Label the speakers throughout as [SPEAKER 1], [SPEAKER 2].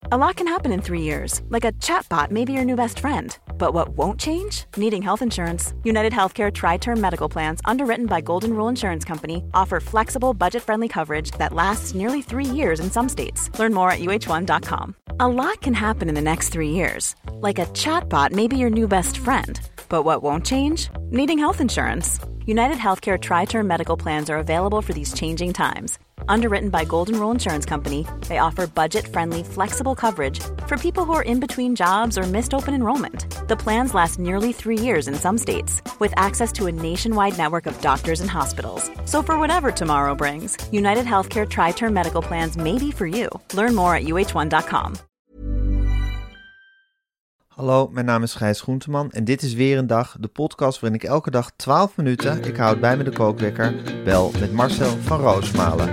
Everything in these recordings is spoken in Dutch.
[SPEAKER 1] A lot can happen in 3 years, like a chatbot may be your new best friend. But what won't change? Needing health insurance. United Healthcare Tri-Term Medical Plans, underwritten by Golden Rule Insurance Company, offer flexible, budget-friendly coverage that lasts nearly 3 years in some states. Learn more at uh1.com. A lot can happen in the next 3 years. Like a chatbot may be your new best friend. But what won't change? Needing health insurance. United Healthcare Tri-Term Medical Plans are available for these changing times. Underwritten by Golden Rule Insurance Company, they offer budget-friendly, flexible coverage for people who are in between jobs or missed open enrollment. The plans last nearly 3 years in some states, with access to a nationwide network of doctors and hospitals. So for whatever tomorrow brings, United Healthcare Tri-Term Medical Plans may be for you. Learn more at uh1.com.
[SPEAKER 2] Hallo, mijn naam is Gijs Groenteman en dit is weer een dag, de podcast waarin ik elke dag 12 minuten, ik houd bij me de kookwekker, bel met Marcel van Roosmalen.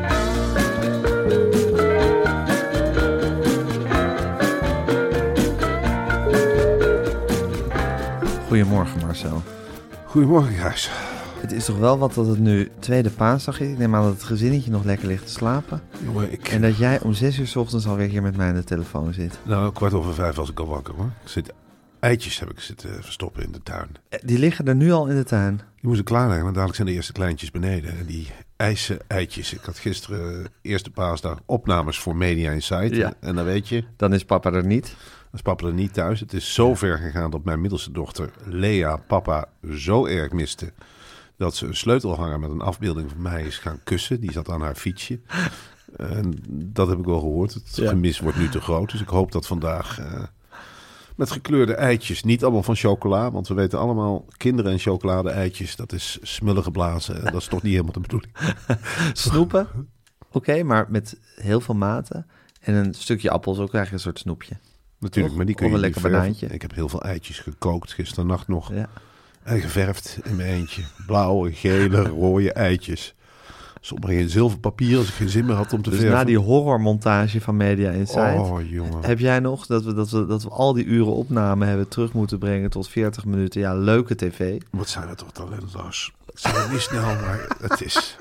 [SPEAKER 2] Goedemorgen Marcel.
[SPEAKER 3] Goedemorgen Gijs.
[SPEAKER 2] Het is toch wel wat dat het nu tweede paasdag is. Ik neem aan dat het gezinnetje nog lekker ligt te slapen.
[SPEAKER 3] Jongen,
[SPEAKER 2] En dat jij om 6 uur 's ochtends alweer hier met mij aan de telefoon zit.
[SPEAKER 3] Nou, 5:15 was ik al wakker hoor. Eitjes heb ik zitten verstoppen in de tuin.
[SPEAKER 2] Die liggen er nu al in de tuin.
[SPEAKER 3] Die moest ik klaarleggen, want dadelijk zijn de eerste kleintjes beneden. En die ijse eitjes. Ik had gisteren eerste paasdag opnames voor Media Insight.
[SPEAKER 2] Ja.
[SPEAKER 3] En dan weet je,
[SPEAKER 2] Dan is papa er niet.
[SPEAKER 3] dan is papa er niet thuis. Het is zo ver gegaan dat mijn middelste dochter Lea papa zo erg miste dat ze een sleutelhanger met een afbeelding van mij is gaan kussen. Die zat aan haar fietsje. En dat heb ik wel gehoord. Het gemis wordt nu te groot. Dus ik hoop dat vandaag met gekleurde eitjes, niet allemaal van chocola. Want we weten allemaal, kinderen en chocolade-eitjes, dat is smullen geblazen. Dat is toch niet helemaal de bedoeling.
[SPEAKER 2] Snoepen? Oké, maar met heel veel maten. En een stukje appel, zo krijg je een soort snoepje.
[SPEAKER 3] Natuurlijk, maar die kun
[SPEAKER 2] Of
[SPEAKER 3] je
[SPEAKER 2] een
[SPEAKER 3] niet
[SPEAKER 2] lekker
[SPEAKER 3] verven.
[SPEAKER 2] banaantje.
[SPEAKER 3] Ik heb heel veel eitjes gekookt gisternacht nog.
[SPEAKER 2] Ja.
[SPEAKER 3] En geverfd in mijn eentje. Blauwe, gele, rode eitjes. Sommige in zilverpapier als ik geen zin meer had om te
[SPEAKER 2] Dus
[SPEAKER 3] verven.
[SPEAKER 2] na die horrormontage van Media Insight,
[SPEAKER 3] Oh, jongen.
[SPEAKER 2] heb jij nog dat we al die uren opname hebben terug moeten brengen tot 40 minuten. Ja, leuke tv.
[SPEAKER 3] Wat zijn we toch talentloos. Het zijn niet snel, maar het is...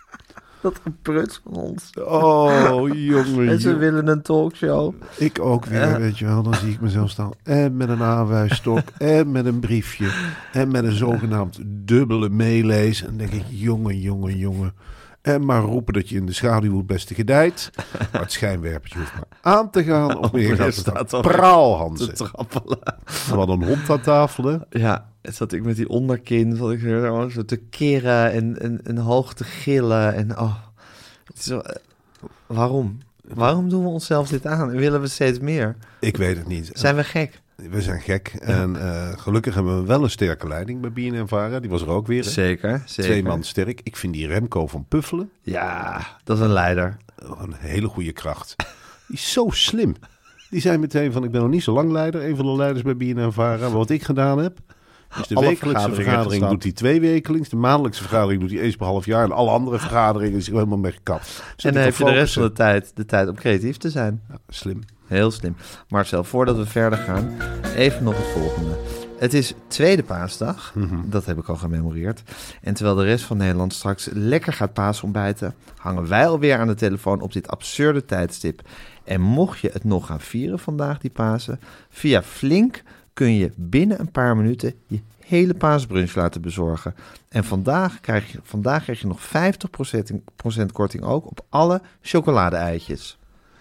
[SPEAKER 2] Wat een prut van ons.
[SPEAKER 3] Oh, jongen.
[SPEAKER 2] En ze willen een talkshow.
[SPEAKER 3] Ik ook weer, weet je wel. Dan zie ik mezelf staan. En met een aanwijsstok. En met een briefje. En met een zogenaamd dubbele meelees. En dan denk ik, jongen. En maar roepen dat je in de schaduw het beste gedijt. Maar het schijnwerpertje hoeft maar aan te gaan. Of meer gaat
[SPEAKER 2] staat
[SPEAKER 3] het
[SPEAKER 2] al
[SPEAKER 3] praalhansen.
[SPEAKER 2] te trappelen.
[SPEAKER 3] We hadden een hond aan tafel, hè?
[SPEAKER 2] Ja, zat ik met die onderkin, zat ik zo te keren en hoog te gillen. En het is zo, waarom? Waarom doen we onszelf dit aan? En willen we steeds meer?
[SPEAKER 3] Ik weet het niet.
[SPEAKER 2] Zijn we gek?
[SPEAKER 3] We zijn gek. En gelukkig hebben we wel een sterke leiding bij BNNVARA. Die was er ook weer. Hè?
[SPEAKER 2] Zeker.
[SPEAKER 3] 2 man sterk. Ik vind die Remco van Puffelen
[SPEAKER 2] Ja, dat is een leider.
[SPEAKER 3] een hele goede kracht. Die is zo slim. Die zei meteen van, ik ben nog niet zo lang leider. Een van de leiders bij BNNVARA. Maar wat ik gedaan heb, is de
[SPEAKER 2] Alle
[SPEAKER 3] wekelijkse vergadering
[SPEAKER 2] gestapt.
[SPEAKER 3] doet hij 2 wekelijks. De maandelijkse vergadering doet hij eens per half jaar. En alle andere vergaderingen is hij helemaal mee gekapt.
[SPEAKER 2] En dan heb je de rest van de tijd om creatief te zijn.
[SPEAKER 3] Ja, slim.
[SPEAKER 2] Heel slim. Marcel, voordat we verder gaan, even nog het volgende. Het is tweede paasdag, dat heb ik al gememoreerd. En terwijl de rest van Nederland straks lekker gaat paasontbijten, hangen wij alweer aan de telefoon op dit absurde tijdstip. En mocht je het nog gaan vieren vandaag, die Pasen, via Flink kun je binnen een paar minuten je hele paasbrunch laten bezorgen. En vandaag krijg je nog 50% korting ook op alle chocolade-eitjes.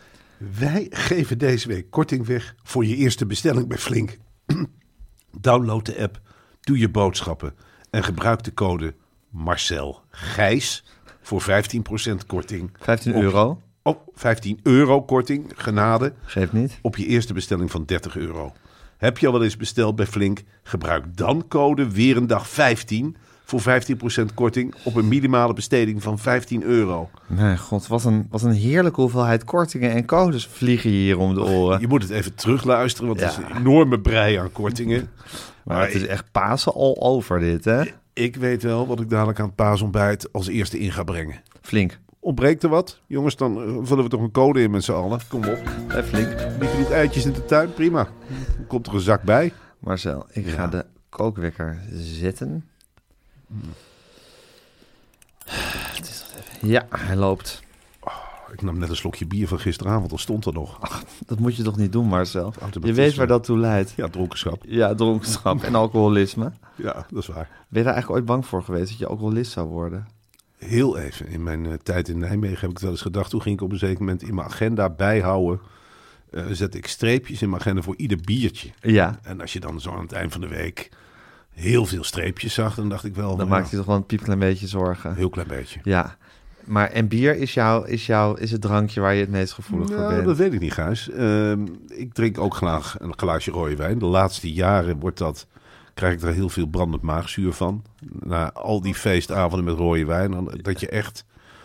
[SPEAKER 3] Wij geven deze week korting weg voor je eerste bestelling bij Flink. Download de app, doe je boodschappen en gebruik de code Marcel Gijs voor 15% korting.
[SPEAKER 2] 15 euro.
[SPEAKER 3] Op 15 euro korting, genade,
[SPEAKER 2] Geeft niet.
[SPEAKER 3] op je eerste bestelling van 30 euro. Heb je al wel eens besteld bij Flink? Gebruik dan code Weerendag 15 voor 15% korting op een minimale besteding van 15 euro.
[SPEAKER 2] Nee, god, wat een heerlijke hoeveelheid kortingen en codes vliegen je hier om de oren.
[SPEAKER 3] Je moet het even terugluisteren, want het is
[SPEAKER 2] Ja.
[SPEAKER 3] een enorme brei aan kortingen.
[SPEAKER 2] Maar het is echt Pasen all over dit, hè?
[SPEAKER 3] Ik weet wel wat ik dadelijk aan het paasontbijt als eerste in ga brengen.
[SPEAKER 2] Flink.
[SPEAKER 3] Ontbreekt er wat? Jongens, dan vullen we toch een code in met z'n allen. Kom op.
[SPEAKER 2] Flink.
[SPEAKER 3] Niet genoeg eitjes in de tuin? Prima. Dan komt er een zak bij.
[SPEAKER 2] Marcel, ik ga de kookwekker zetten. Ja, hij loopt.
[SPEAKER 3] Ik nam net een slokje bier van gisteravond, dat stond er nog.
[SPEAKER 2] Dat moet je toch niet doen, Marcel? Je
[SPEAKER 3] Automatisme.
[SPEAKER 2] weet waar dat toe leidt.
[SPEAKER 3] Ja, dronkenschap.
[SPEAKER 2] Ja, dronkenschap en alcoholisme.
[SPEAKER 3] Ja, dat is waar.
[SPEAKER 2] Ben je daar eigenlijk ooit bang voor geweest dat je alcoholist zou worden?
[SPEAKER 3] Heel even. In mijn tijd in Nijmegen heb ik het wel eens gedacht. Toen ging ik op een zeker moment in mijn agenda bijhouden. Zette ik streepjes in mijn agenda voor ieder biertje.
[SPEAKER 2] Ja.
[SPEAKER 3] En als je dan zo aan het eind van de week heel veel streepjes zag, dan dacht ik wel...
[SPEAKER 2] Dan maakt je toch wel een piepklein beetje zorgen.
[SPEAKER 3] Heel klein beetje.
[SPEAKER 2] Ja. Maar en bier is het drankje waar je het meest gevoelig voor bent?
[SPEAKER 3] Dat weet ik niet, Gijs. Ik drink ook graag een glaasje rode wijn. De laatste jaren krijg ik er heel veel brandend maagzuur van. Na al die feestavonden met rode wijn, dat je echt...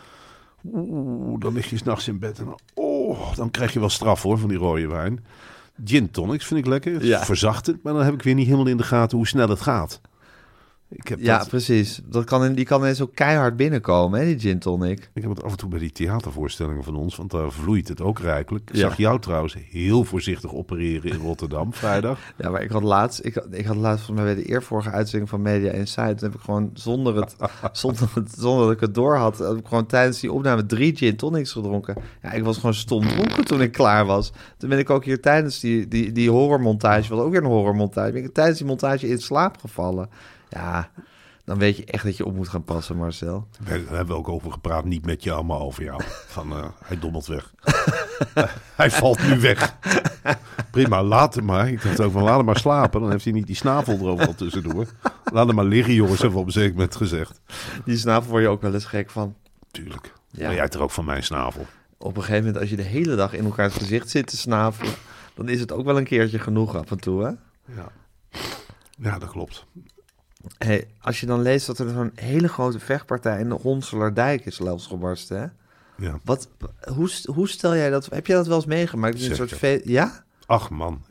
[SPEAKER 3] dan lig je 's nachts in bed en dan krijg je wel straf hoor van die rode wijn. Gin tonics vind ik lekker.
[SPEAKER 2] Ja.
[SPEAKER 3] Verzachtend, maar dan heb ik weer niet helemaal in de gaten hoe snel het gaat.
[SPEAKER 2] Precies. Die kan ineens ook keihard binnenkomen, hè, die gin tonic.
[SPEAKER 3] Ik heb het af en toe bij die theatervoorstellingen van ons, want daar vloeit het ook rijkelijk. Ik
[SPEAKER 2] Ja.
[SPEAKER 3] zag jou trouwens heel voorzichtig opereren in Rotterdam vrijdag.
[SPEAKER 2] Ja, maar ik had laatst volgens mij bij de eervorige uitzending van Media Insight, toen heb ik gewoon zonder dat ik het door had, heb ik gewoon tijdens die opname 3 gin tonics gedronken. Ja, ik was gewoon stom dronken toen ik klaar was. Toen ben ik ook hier tijdens die horrormontage, was ook weer een horrormontage, ben ik tijdens die montage in slaap gevallen. Ja, dan weet je echt dat je op moet gaan passen, Marcel.
[SPEAKER 3] Daar hebben we ook over gepraat, niet met jou, maar over jou. Hij dommelt weg. Hij valt nu weg. Prima, laat hem maar. Ik dacht ook van, laat hem maar slapen. Dan heeft hij niet die snavel er overal tussendoor. Laat hem maar liggen, jongens, hebben we op een zeker moment gezegd.
[SPEAKER 2] Die snavel word je ook wel eens gek van.
[SPEAKER 3] Tuurlijk.
[SPEAKER 2] Ja.
[SPEAKER 3] Maar jij hebt er ook van mijn snavel.
[SPEAKER 2] Op een gegeven moment, als je de hele dag in elkaars gezicht zit te snavelen, dan is het ook wel een keertje genoeg af en toe, hè?
[SPEAKER 3] Ja, dat klopt.
[SPEAKER 2] Hey, als je dan leest dat er zo'n hele grote vechtpartij in de Honselerdijk is losgebarsten, hè?
[SPEAKER 3] Ja.
[SPEAKER 2] Hoe stel jij dat? Heb jij dat wel eens meegemaakt? Een soort ja?
[SPEAKER 3] Ach man,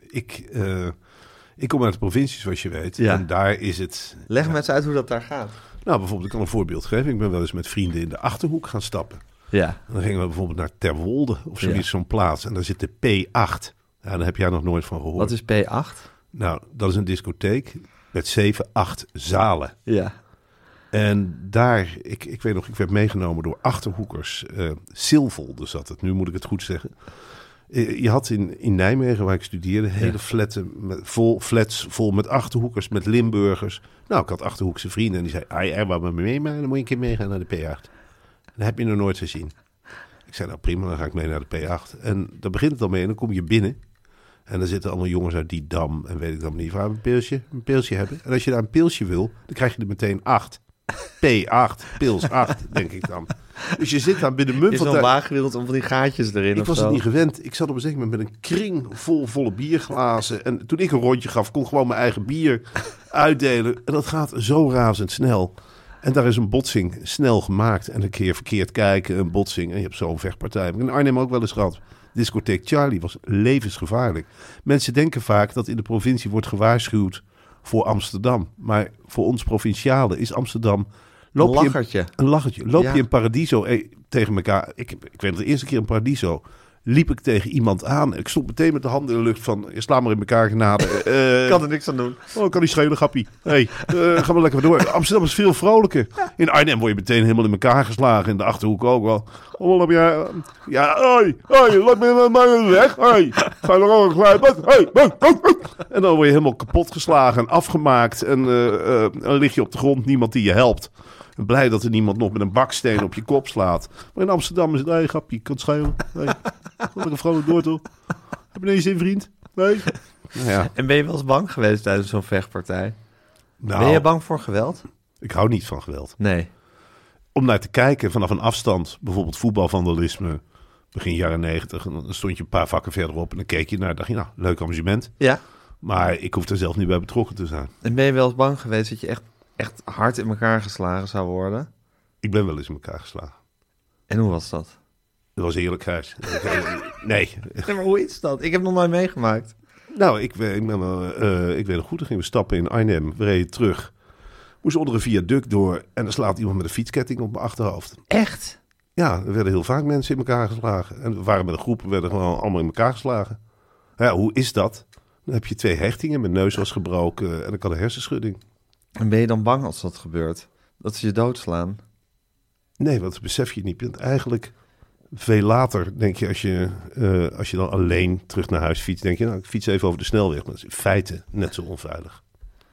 [SPEAKER 3] ik kom uit de provincie, zoals je weet.
[SPEAKER 2] Ja.
[SPEAKER 3] En daar is het...
[SPEAKER 2] Leg me eens uit hoe dat daar gaat.
[SPEAKER 3] Nou, bijvoorbeeld, ik kan een voorbeeld geven. Ik ben wel eens met vrienden in de Achterhoek gaan stappen.
[SPEAKER 2] Ja.
[SPEAKER 3] En dan gingen we bijvoorbeeld naar Terwolde of zoiets, zo'n plaats. En daar zit de P8. Ja, daar heb jij nog nooit van gehoord.
[SPEAKER 2] Wat is P8?
[SPEAKER 3] Nou, dat is een discotheek met 7, 8 zalen.
[SPEAKER 2] Ja.
[SPEAKER 3] En daar, ik weet nog, ik werd meegenomen door Achterhoekers. Silvolde zat het, nu moet ik het goed zeggen. Je had in Nijmegen, waar ik studeerde, hele flats vol met Achterhoekers, met Limburgers. Nou, ik had Achterhoekse vrienden en die zei, er waar we mee, maar dan moet je een keer meegaan naar de P8. Dat heb je nog nooit gezien. Ik zei, nou prima, dan ga ik mee naar de P8. En daar begint het al mee en dan kom je binnen. En dan zitten allemaal jongens uit die Dam en weet ik dan niet. Waar we een pilsje hebben. En als je daar een pilsje wil, dan krijg je er meteen 8. P8, pils 8, denk ik dan. Dus je zit daar binnen munt
[SPEAKER 2] Is
[SPEAKER 3] van
[SPEAKER 2] zo'n waagwild om van die gaatjes erin
[SPEAKER 3] Ik
[SPEAKER 2] of
[SPEAKER 3] was
[SPEAKER 2] zo?
[SPEAKER 3] het niet gewend. Ik zat op een zeker moment met een kring vol volle bierglazen. En toen ik een rondje gaf, kon ik gewoon mijn eigen bier uitdelen. En dat gaat zo razendsnel. En daar is een botsing snel gemaakt. En een keer verkeerd kijken, een botsing. En je hebt zo'n vechtpartij. Ik heb in Arnhem ook wel eens gehad. Discotheek Charlie was levensgevaarlijk. Mensen denken vaak dat in de provincie wordt gewaarschuwd voor Amsterdam. Maar voor ons provincialen is Amsterdam...
[SPEAKER 2] Een lachertje.
[SPEAKER 3] Een lachertje. Loop
[SPEAKER 2] Ja.
[SPEAKER 3] je in Paradiso tegen elkaar... Ik weet de eerste keer in Paradiso... liep ik tegen iemand aan. Ik stond meteen met de handen in de lucht van... sla maar in elkaar genade.
[SPEAKER 2] Ik kan er niks aan doen.
[SPEAKER 3] Kan niet schelen, grappie. Hey, ga maar lekker door. Amsterdam is veel vrolijker. In Arnhem word je meteen helemaal in elkaar geslagen. In de Achterhoek ook wel. Oh, heb jij... Ja, hoi, laat me maar weg. Hoi, ga er ook glijden. Hoi, en dan word je helemaal kapot geslagen en afgemaakt. En dan lig je op de grond, niemand die je helpt. En blij dat er niemand nog met een baksteen op je kop slaat. Maar in Amsterdam is het, hey, grapje, kan het schelen. Hey, lekker vrolijk door, toch? Heb je ineens zin, vriend? Nee? Nou ja.
[SPEAKER 2] En ben je wel eens bang geweest tijdens zo'n vechtpartij?
[SPEAKER 3] Nou,
[SPEAKER 2] Ben je bang voor geweld?
[SPEAKER 3] ik hou niet van geweld.
[SPEAKER 2] Nee.
[SPEAKER 3] Om naar te kijken vanaf een afstand, bijvoorbeeld voetbalvandalisme, begin jaren 90, en dan stond je een paar vakken verderop en dan keek je naar, dacht je, nou, leuk amusement.
[SPEAKER 2] Ja.
[SPEAKER 3] Maar ik hoef er zelf niet bij betrokken te zijn.
[SPEAKER 2] En ben je wel eens bang geweest dat je echt hard in elkaar geslagen zou worden?
[SPEAKER 3] Ik ben wel eens in elkaar geslagen.
[SPEAKER 2] En hoe was dat?
[SPEAKER 3] Dat was heerlijk, Gijs. Nee.
[SPEAKER 2] Nee, maar hoe is dat? Ik heb nog nooit meegemaakt.
[SPEAKER 3] Nou, ik weet nog goed, dan gingen we stappen in Arnhem, we reden terug. Moest onder een viaduct door en dan slaat iemand met een fietsketting op mijn achterhoofd.
[SPEAKER 2] Echt?
[SPEAKER 3] Ja, er werden heel vaak mensen in elkaar geslagen. En we waren met een groep, we werden gewoon allemaal in elkaar geslagen. Ja, hoe is dat? Dan heb je 2 hechtingen, mijn neus was gebroken en ik had een hersenschudding.
[SPEAKER 2] En ben je dan bang als dat gebeurt? Dat ze je doodslaan?
[SPEAKER 3] Nee, want dat besef je niet. Je bent eigenlijk Veel later denk je, als je dan alleen terug naar huis fietst, denk je, nou, ik fiets even over de snelweg. Maar dat is in feite net zo onveilig.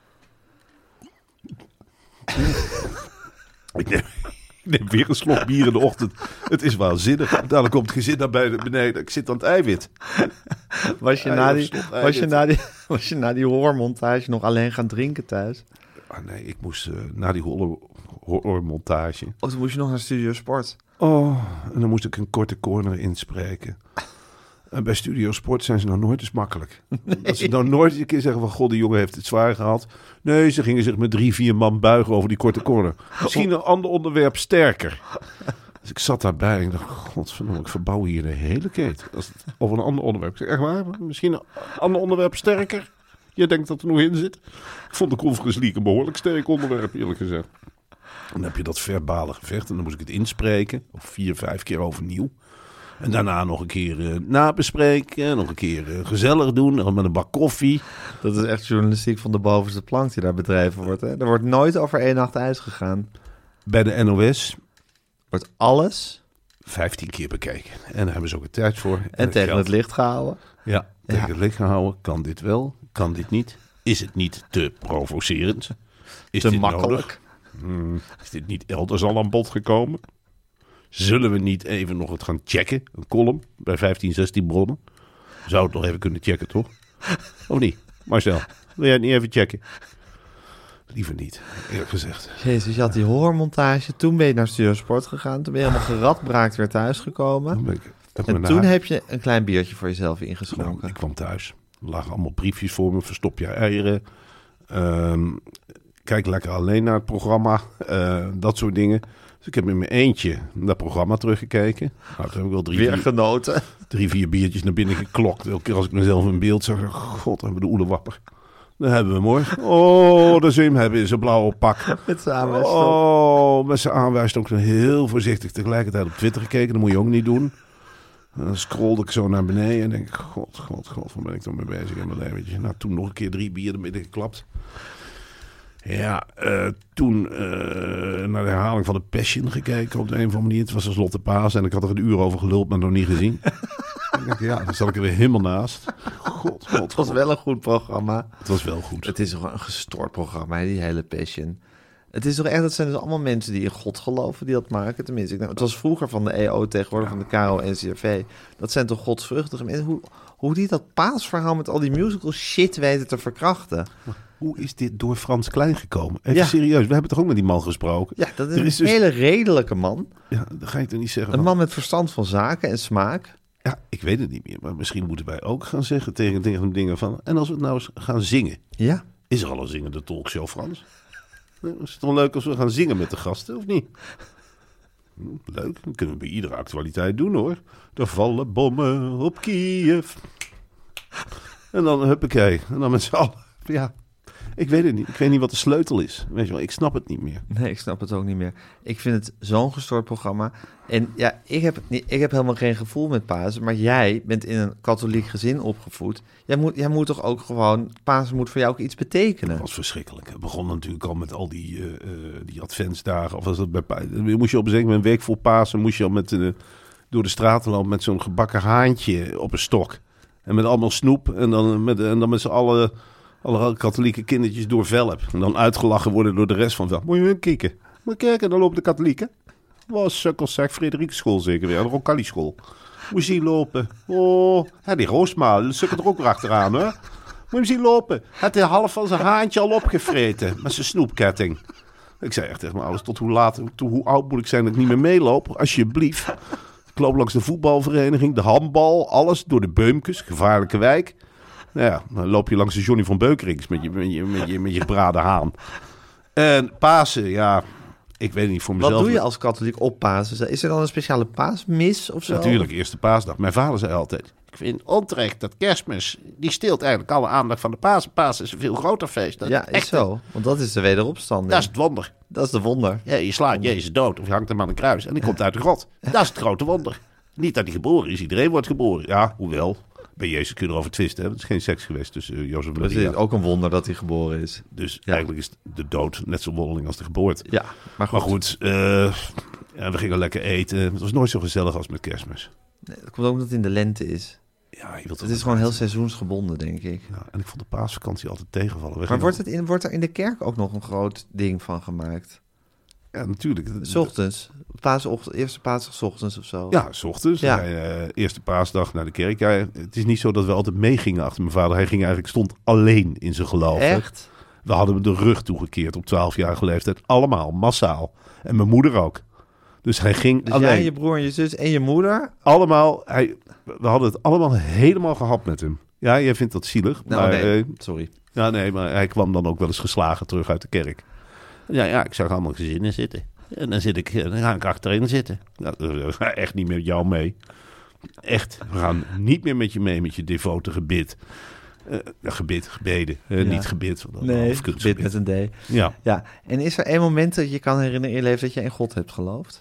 [SPEAKER 3] Ik neem weer een slok bier in de ochtend. Het is waanzinnig. Dadelijk komt het gezin naar beneden. Ik zit aan het eiwit.
[SPEAKER 2] Was je na die hoormontage nog alleen gaan drinken thuis?
[SPEAKER 3] Ah, nee, ik moest na die horrormontage.
[SPEAKER 2] Of toen moest je nog naar Studio Sport?
[SPEAKER 3] Oh, en dan moest ik een korte corner inspreken. En bij Studio Sport zijn ze nou nooit eens makkelijk. Nee. Dat ze nou nooit een keer zeggen van... God, die jongen heeft het zwaar gehad. Nee, ze gingen zich met 3-4 man buigen over die korte corner. Misschien een ander onderwerp sterker. Dus ik zat daarbij en ik dacht... Godverdomme, ik verbouw hier de hele keet. Over een ander onderwerp. Ik zeg, echt waar? Misschien een ander onderwerp sterker? Je denkt dat er nog in zit? Ik vond de Conference League een behoorlijk sterk onderwerp, eerlijk gezegd. En dan heb je dat verbale gevecht en dan moest ik het inspreken. Of 4-5 keer overnieuw. En daarna nog een keer nabespreken. Nog een keer gezellig doen. Met een bak koffie.
[SPEAKER 2] Dat is echt journalistiek van de bovenste plank die daar bedreven wordt. Hè? Er wordt nooit over 1 nacht ijs gegaan.
[SPEAKER 3] Bij de NOS
[SPEAKER 2] wordt alles
[SPEAKER 3] 15 keer bekeken. En daar hebben ze ook een tijd voor.
[SPEAKER 2] En tegen het licht gehouden.
[SPEAKER 3] Ja, tegen het licht gehouden. Kan dit wel? Kan dit niet? Is het niet te provocerend? Is
[SPEAKER 2] te
[SPEAKER 3] dit
[SPEAKER 2] makkelijk?
[SPEAKER 3] Is dit niet elders al aan bod gekomen? Zullen we niet even nog het gaan checken? Een column bij 15, 16 bronnen. Zou het nog even kunnen checken, toch? Of niet? Marcel, wil jij het niet even checken? Liever niet, eerlijk gezegd.
[SPEAKER 2] Jezus, je had die hoormontage. Toen ben je naar Studio Sport gegaan. Toen ben je helemaal geradbraakt weer thuisgekomen. En toen heb je een klein biertje voor jezelf ingeschonken.
[SPEAKER 3] Nou, ik kwam thuis. Er lagen allemaal briefjes voor me. Verstop je eieren. Kijk lekker alleen naar het programma. Dat soort dingen. Dus ik heb in mijn eentje dat programma teruggekeken. Nou, toen heb ik wel
[SPEAKER 2] weer genoten.
[SPEAKER 3] 3-4 biertjes naar binnen geklokt. Elke keer als ik mezelf in beeld zag. God, hebben we de oelewapper. Dan hebben we hem hoor. Oh, daar zul je hem hebben in zijn blauwe pak.
[SPEAKER 2] Met zijn aanwijstok.
[SPEAKER 3] Oh, met zijn aanwijstok. Heel voorzichtig tegelijkertijd op Twitter gekeken. Dat moet je ook niet doen. Dan scrollde ik zo naar beneden en denk ik... God, waar ben ik dan mee bezig in mijn leventje? Nou, toen nog een keer 3 bier ermee geklapt. Ja, toen naar de herhaling van de Passion gekeken op de een of andere manier. Het was een Lotte Paas en ik had er een uur over geluld, maar nog niet gezien. Ik dacht, ja, dan zat ik er weer helemaal naast. God.
[SPEAKER 2] Het was wel een goed programma.
[SPEAKER 3] Het was wel goed.
[SPEAKER 2] Het is toch een gestoord programma, die hele Passion. Het is toch echt, dat zijn dus allemaal mensen die in God geloven die dat maken. Tenminste, het was vroeger van de EO, tegenwoordig van de KRO en NCRV. Dat zijn toch godsvruchtige mensen. Hoe die dat paasverhaal met al die musical shit weten te verkrachten.
[SPEAKER 3] Hoe is dit door Frans Klein gekomen? Even serieus, we hebben toch ook met die man gesproken?
[SPEAKER 2] Ja, dat is een hele redelijke man.
[SPEAKER 3] Ja, dat ga ik toch niet zeggen.
[SPEAKER 2] Een man met verstand van zaken en smaak.
[SPEAKER 3] Ja, ik weet het niet meer. Maar misschien moeten wij ook gaan zeggen tegen hem dingen van... En als we het nou eens gaan zingen?
[SPEAKER 2] Ja.
[SPEAKER 3] Is er al een zingende talkshow, Frans? Is het wel leuk als we gaan zingen met de gasten, of niet? Leuk, dat kunnen we bij iedere actualiteit doen, hoor. Er vallen bommen op Kiev. En dan huppakee. En dan met z'n allen. Ja, ik weet het niet. Ik weet niet wat de sleutel is. Weet je wel, ik snap het niet meer.
[SPEAKER 2] Nee, ik snap het ook niet meer. Ik vind het zo'n gestoord programma. En ja, ik heb helemaal geen gevoel met Pasen. Maar jij bent in een katholiek gezin opgevoed. Jij moet toch ook gewoon... Pasen moet voor jou ook iets betekenen.
[SPEAKER 3] Dat was verschrikkelijk. Het begon natuurlijk al met al die adventsdagen. Of was dat moest je op een week voor Pasen... moest je al door de straten lopen met zo'n gebakken haantje op een stok. En met allemaal snoep. En dan met z'n allen... Alle katholieke kindertjes door Velp. En dan uitgelachen worden door de rest van Velp. Moet je weer kijken. Moet je kijken, dan lopen de katholieken. Was Sukkelzak, Frederiksschool zeker weer. De Roncalli-school. Moet je zien lopen. Oh, die Roosmaal. Dat sukkelt er ook weer achteraan, hoor. Moet je zien lopen. Hij had de half van zijn haantje al opgevreten. Met zijn snoepketting. Ik zei echt tegen mijn ouders, tot hoe oud moet ik zijn dat ik niet meer meeloop? Alsjeblieft. Ik loop langs de voetbalvereniging, de handbal, alles. Door de Beumkes, gevaarlijke wijk. Nou ja, dan loop je langs de Johnny van Beukerings met je gebraden haan. En Pasen, ja, ik weet niet voor mezelf.
[SPEAKER 2] Wat doe je als katholiek op Pasen? Is er dan een speciale paasmis of zo?
[SPEAKER 3] Natuurlijk, eerste paasdag. Mijn vader zei altijd, ik vind onterecht dat Kerstmis, die steelt eigenlijk alle aandacht van de Pasen. Pasen is een veel groter feest.
[SPEAKER 2] Ja, is zo. Want dat is de wederopstanding.
[SPEAKER 3] Dat is het wonder.
[SPEAKER 2] Dat is de wonder.
[SPEAKER 3] Ja, je slaat Jezus dood of je hangt hem aan een kruis en die komt uit de grot. Dat is het grote wonder. Niet dat hij geboren is, iedereen wordt geboren. Ja, hoewel... Bij Jezus kun je erover twisten. Hè? Het is geen seks geweest tussen Jozef en Maria.
[SPEAKER 2] Het is ook een wonder dat hij geboren is.
[SPEAKER 3] Dus eigenlijk is de dood net zo wonderling als de geboorte.
[SPEAKER 2] Ja, maar goed.
[SPEAKER 3] Ja, we gingen lekker eten. Het was nooit zo gezellig als met Kerstmis.
[SPEAKER 2] Nee, dat komt ook omdat het in de lente is.
[SPEAKER 3] Ja, je wilt
[SPEAKER 2] Het is gewoon heel seizoensgebonden, denk ik.
[SPEAKER 3] Ja, en ik vond de paasvakantie altijd tegenvallen.
[SPEAKER 2] Maar wordt er in de kerk ook nog een groot ding van gemaakt?
[SPEAKER 3] Ja, natuurlijk.
[SPEAKER 2] 's Ochtends, eerste paasdag 's ochtends of zo.
[SPEAKER 3] Ja, 's ochtends.
[SPEAKER 2] Ja.
[SPEAKER 3] Eerste paasdag naar de kerk. Ja, het is niet zo dat we altijd meegingen achter mijn vader. Hij stond alleen in zijn geloof.
[SPEAKER 2] Echt?
[SPEAKER 3] We hadden hem de rug toegekeerd op 12-jarige leeftijd. Allemaal, massaal. En mijn moeder ook. Dus hij ging
[SPEAKER 2] Dus
[SPEAKER 3] alleen.
[SPEAKER 2] jij, je broer en je zus en je moeder?
[SPEAKER 3] Allemaal. We hadden het allemaal helemaal gehad met hem. Ja, jij vindt dat zielig.
[SPEAKER 2] Nou,
[SPEAKER 3] maar,
[SPEAKER 2] nee, sorry.
[SPEAKER 3] ja, nee, maar hij kwam dan ook wel eens geslagen terug uit de kerk. Ja, ik zag allemaal gezinnen zitten. En dan ga ik achterin zitten. Nou, we gaan echt niet met jou mee. Echt, we gaan niet meer met je mee met je devote gebed. Gebeden. Niet gebed.
[SPEAKER 2] Nee, gebed met een D.
[SPEAKER 3] Ja.
[SPEAKER 2] Ja. En is er één moment dat je kan herinneren in je leven dat je in God hebt geloofd?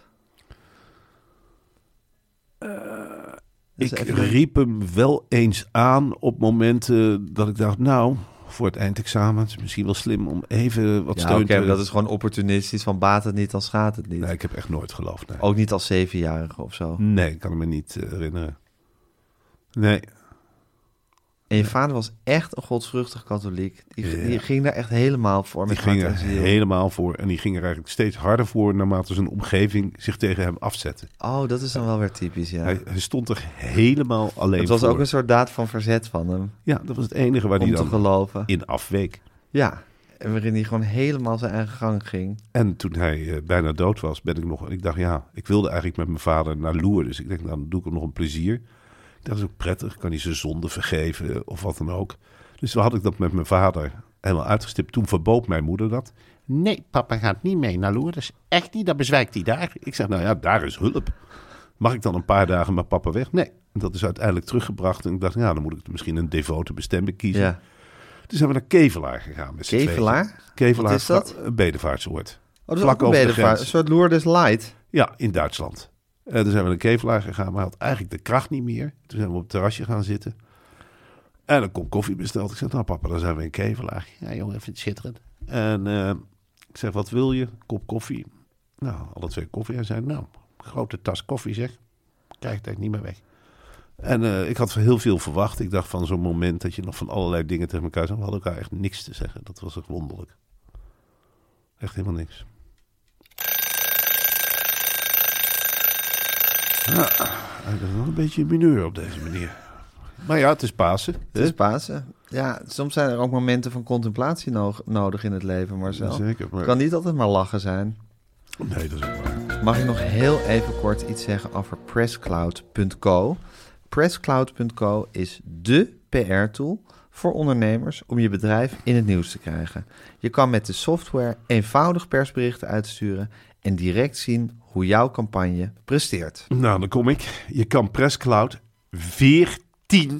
[SPEAKER 2] Dus
[SPEAKER 3] Ik
[SPEAKER 2] even-
[SPEAKER 3] riep hem wel eens aan op momenten dat ik dacht, nou, voor het eindexamen, het is misschien wel slim om even wat
[SPEAKER 2] Ja,
[SPEAKER 3] steun
[SPEAKER 2] oké,
[SPEAKER 3] te...
[SPEAKER 2] dat is gewoon opportunistisch. Van baat het niet, dan schaadt het niet.
[SPEAKER 3] Nee, ik heb echt nooit geloofd. Nee,
[SPEAKER 2] Ook niet als 7-jarige of zo.
[SPEAKER 3] nee, ik kan me niet herinneren. Nee.
[SPEAKER 2] En je vader was echt een godsvruchtig katholiek. Die ging daar echt helemaal voor
[SPEAKER 3] Die
[SPEAKER 2] met
[SPEAKER 3] ging
[SPEAKER 2] hart
[SPEAKER 3] er
[SPEAKER 2] en ziel.
[SPEAKER 3] helemaal voor. En die ging er eigenlijk steeds harder voor naarmate zijn omgeving zich tegen hem afzette.
[SPEAKER 2] Oh, dat is dan wel weer typisch, ja.
[SPEAKER 3] Hij stond er helemaal alleen
[SPEAKER 2] Het was
[SPEAKER 3] voor.
[SPEAKER 2] ook een soort daad van verzet van hem.
[SPEAKER 3] Ja, dat was het enige waar
[SPEAKER 2] Om
[SPEAKER 3] hij
[SPEAKER 2] te
[SPEAKER 3] dan
[SPEAKER 2] geloven.
[SPEAKER 3] in afweek.
[SPEAKER 2] Ja, en waarin hij gewoon helemaal zijn eigen gang ging.
[SPEAKER 3] En toen hij bijna dood was, ik dacht, ja, ik wilde eigenlijk met mijn vader naar Lourdes. Dus ik denk, nou, dan doe ik hem nog een plezier. Ik dacht, dat is ook prettig, kan hij zijn zonde vergeven of wat dan ook. Dus toen had ik dat met mijn vader helemaal uitgestipt. Toen verbood mijn moeder dat. Nee, papa gaat niet mee naar Lourdes. Echt niet, dan bezwijkt hij daar. Ik zeg, nou ja, daar is hulp. Mag ik dan een paar dagen met papa weg? Nee. En dat is uiteindelijk teruggebracht. En ik dacht, ja, dan moet ik misschien een devote bestemming kiezen.
[SPEAKER 2] Ja.
[SPEAKER 3] Toen zijn we naar Kevelaar gegaan met z'n tweeën.
[SPEAKER 2] Kevelaar?
[SPEAKER 3] Kevelaar,
[SPEAKER 2] Wat is dat?
[SPEAKER 3] Een bedevaartsoord.
[SPEAKER 2] Oh, dat is
[SPEAKER 3] Vlak
[SPEAKER 2] ook een
[SPEAKER 3] over de
[SPEAKER 2] bedevaart.
[SPEAKER 3] grens.
[SPEAKER 2] Een soort Lourdes Light.
[SPEAKER 3] Ja, in Duitsland. Toen zijn we naar Kevelaar gegaan, maar hij had eigenlijk de kracht niet meer. Toen zijn we op het terrasje gaan zitten. En dan kon koffie besteld. Ik zeg, nou papa, dan zijn we in Kevelaar. Ja jongen, ik vind het schitterend. En ik zeg, wat wil je? Kop koffie. Nou, alle twee koffie. Hij zei, nou, grote tas koffie zeg. Krijg ik niet meer weg. En ik had heel veel verwacht. Ik dacht van zo'n moment dat je nog van allerlei dingen tegen elkaar zei. We hadden elkaar echt niks te zeggen. Dat was echt wonderlijk. Echt helemaal niks. Ja, dat is wel een beetje een mineur op deze manier. Maar ja, het is Pasen.
[SPEAKER 2] Het is Pasen. Ja, soms zijn er ook momenten van contemplatie nodig in het leven, Marcel.
[SPEAKER 3] Zeker. Maar...
[SPEAKER 2] Het kan niet altijd maar lachen zijn.
[SPEAKER 3] Nee, dat is ook waar.
[SPEAKER 2] Mag ik nog heel even kort iets zeggen over Presscloud.co? Presscloud.co is dé PR-tool voor ondernemers om je bedrijf in het nieuws te krijgen. Je kan met de software eenvoudig persberichten uitsturen en direct zien hoe jouw campagne presteert.
[SPEAKER 3] Nou, dan kom ik. Je kan Presscloud 14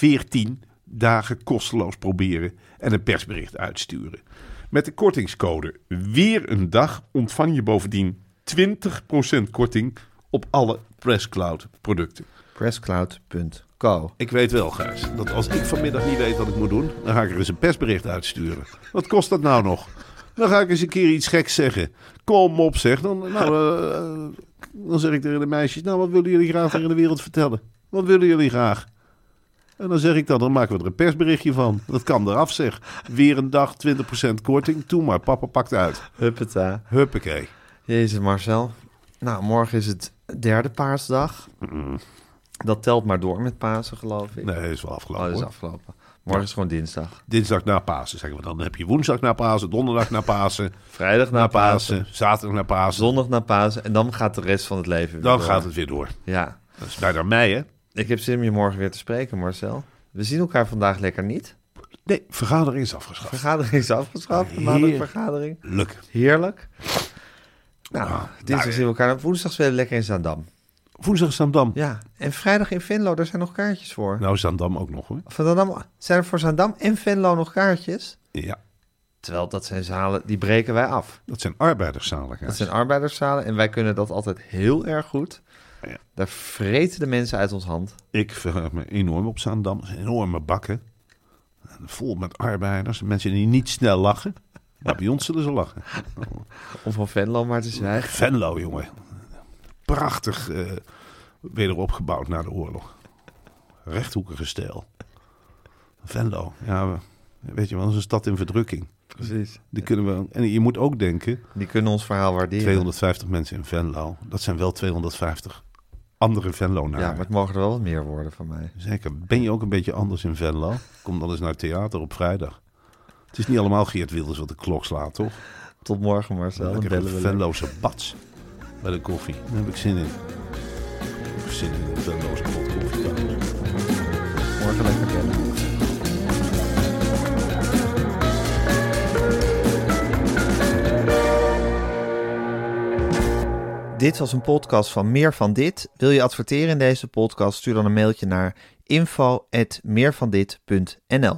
[SPEAKER 3] dagen kosteloos proberen en een persbericht uitsturen. Met de kortingscode weer een dag ontvang je bovendien 20% korting op alle Presscloud producten.
[SPEAKER 2] Presscloud.co.
[SPEAKER 3] Ik weet wel, Gijs, dat als ik vanmiddag niet weet wat ik moet doen, dan ga ik er eens een persbericht uitsturen. Wat kost dat nou nog? Dan ga ik eens een keer iets geks zeggen. Kom op, zeg. Dan zeg ik tegen de meisjes, nou, wat willen jullie graag tegen de wereld vertellen? Wat willen jullie graag? En dan zeg ik dan maken we er een persberichtje van. Dat kan eraf, zeg. Weer een dag, 20% korting. Toe maar, papa pakt uit.
[SPEAKER 2] Huppeta.
[SPEAKER 3] Huppakee.
[SPEAKER 2] Jezus Marcel. Nou, morgen is het derde paasdag. Dat telt maar door met Pasen, geloof ik.
[SPEAKER 3] Nee, dat is wel
[SPEAKER 2] Oh,
[SPEAKER 3] afgelopen,
[SPEAKER 2] dat is
[SPEAKER 3] hoor.
[SPEAKER 2] afgelopen. Morgen is gewoon dinsdag.
[SPEAKER 3] Dinsdag na Pasen, zeggen we dan. Dan heb je woensdag na Pasen, donderdag na Pasen,
[SPEAKER 2] Vrijdag na Pasen.
[SPEAKER 3] zaterdag na Pasen.
[SPEAKER 2] Zondag na Pasen. En dan gaat de rest van het leven weer
[SPEAKER 3] Dan
[SPEAKER 2] door.
[SPEAKER 3] gaat het weer door.
[SPEAKER 2] Ja.
[SPEAKER 3] Dat is bijna mei, hè?
[SPEAKER 2] Ik heb zin om je morgen weer te spreken, Marcel. We zien elkaar vandaag lekker niet.
[SPEAKER 3] Nee, vergadering is afgeschaft.
[SPEAKER 2] Vergadering is afgeschaft. De
[SPEAKER 3] Heer-
[SPEAKER 2] maandelijkse vergadering.
[SPEAKER 3] Leuk.
[SPEAKER 2] Heerlijk. Nou,
[SPEAKER 3] Nou,
[SPEAKER 2] dinsdag zien we elkaar. Woensdag spelen we lekker in Zaandam.
[SPEAKER 3] Woensdag is Zaandam.
[SPEAKER 2] Ja. En vrijdag in Venlo, daar zijn nog kaartjes voor.
[SPEAKER 3] Nou, Zaandam ook nog, hoor.
[SPEAKER 2] Van Zaandam, zijn er voor Zaandam en Venlo nog kaartjes?
[SPEAKER 3] Ja,
[SPEAKER 2] Terwijl dat zijn zalen, die breken wij af.
[SPEAKER 3] dat zijn arbeiderszalen,
[SPEAKER 2] Dat
[SPEAKER 3] Gijs.
[SPEAKER 2] zijn arbeiderszalen en wij kunnen dat altijd heel erg goed.
[SPEAKER 3] Ja.
[SPEAKER 2] Daar vreten de mensen uit ons hand.
[SPEAKER 3] Ik verheug me enorm op Zaandam. Dat zijn enorme bakken. Vol met arbeiders. Mensen die niet snel lachen. Maar bij ons zullen ze lachen.
[SPEAKER 2] Om van Venlo maar te zwijgen.
[SPEAKER 3] Venlo, jongen. prachtig wederopgebouwd na de oorlog. Rechthoekige stijl. Venlo, ja, weet je wel, dat is een stad in verdrukking.
[SPEAKER 2] Precies.
[SPEAKER 3] Die kunnen we, en je moet ook denken,
[SPEAKER 2] Die kunnen ons verhaal waarderen.
[SPEAKER 3] 250 mensen in Venlo, dat zijn wel 250 andere Venlonaren.
[SPEAKER 2] Ja, maar het mogen er wel wat meer worden van mij.
[SPEAKER 3] Zeker. Ben je ook een beetje anders in Venlo? Kom dan eens naar het theater op vrijdag. Het is niet allemaal Geert Wilders wat de klok slaat, toch?
[SPEAKER 2] Tot morgen, Marcel.
[SPEAKER 3] Ik
[SPEAKER 2] Dan
[SPEAKER 3] heb een
[SPEAKER 2] bellen we
[SPEAKER 3] Venloze bats bij de koffie. Daar heb ik zin in. Ik heb zin in een Venloze pot koffie.
[SPEAKER 2] morgen lekker bellen. Dit was een podcast van Meer van Dit. Wil je adverteren in deze podcast? Stuur dan een mailtje naar info@meervandit.nl.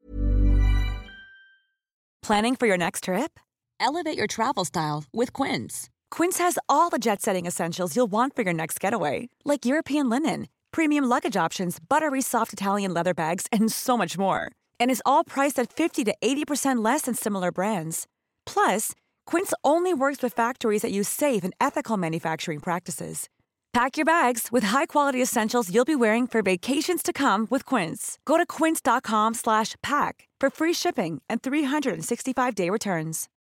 [SPEAKER 4] Planning for your next trip?
[SPEAKER 5] Elevate your travel style with Quince.
[SPEAKER 4] Quince has all the jet-setting essentials you'll want for your next getaway, like European linen, premium luggage options, buttery soft Italian leather bags, and so much more. And is all priced at 50 to 80% less than similar brands. Plus, Quince only works with factories that use safe and ethical manufacturing practices. Pack your bags with high-quality essentials you'll be wearing for vacations to come with Quince. Go to quince.com/pack for free shipping and 365-day returns.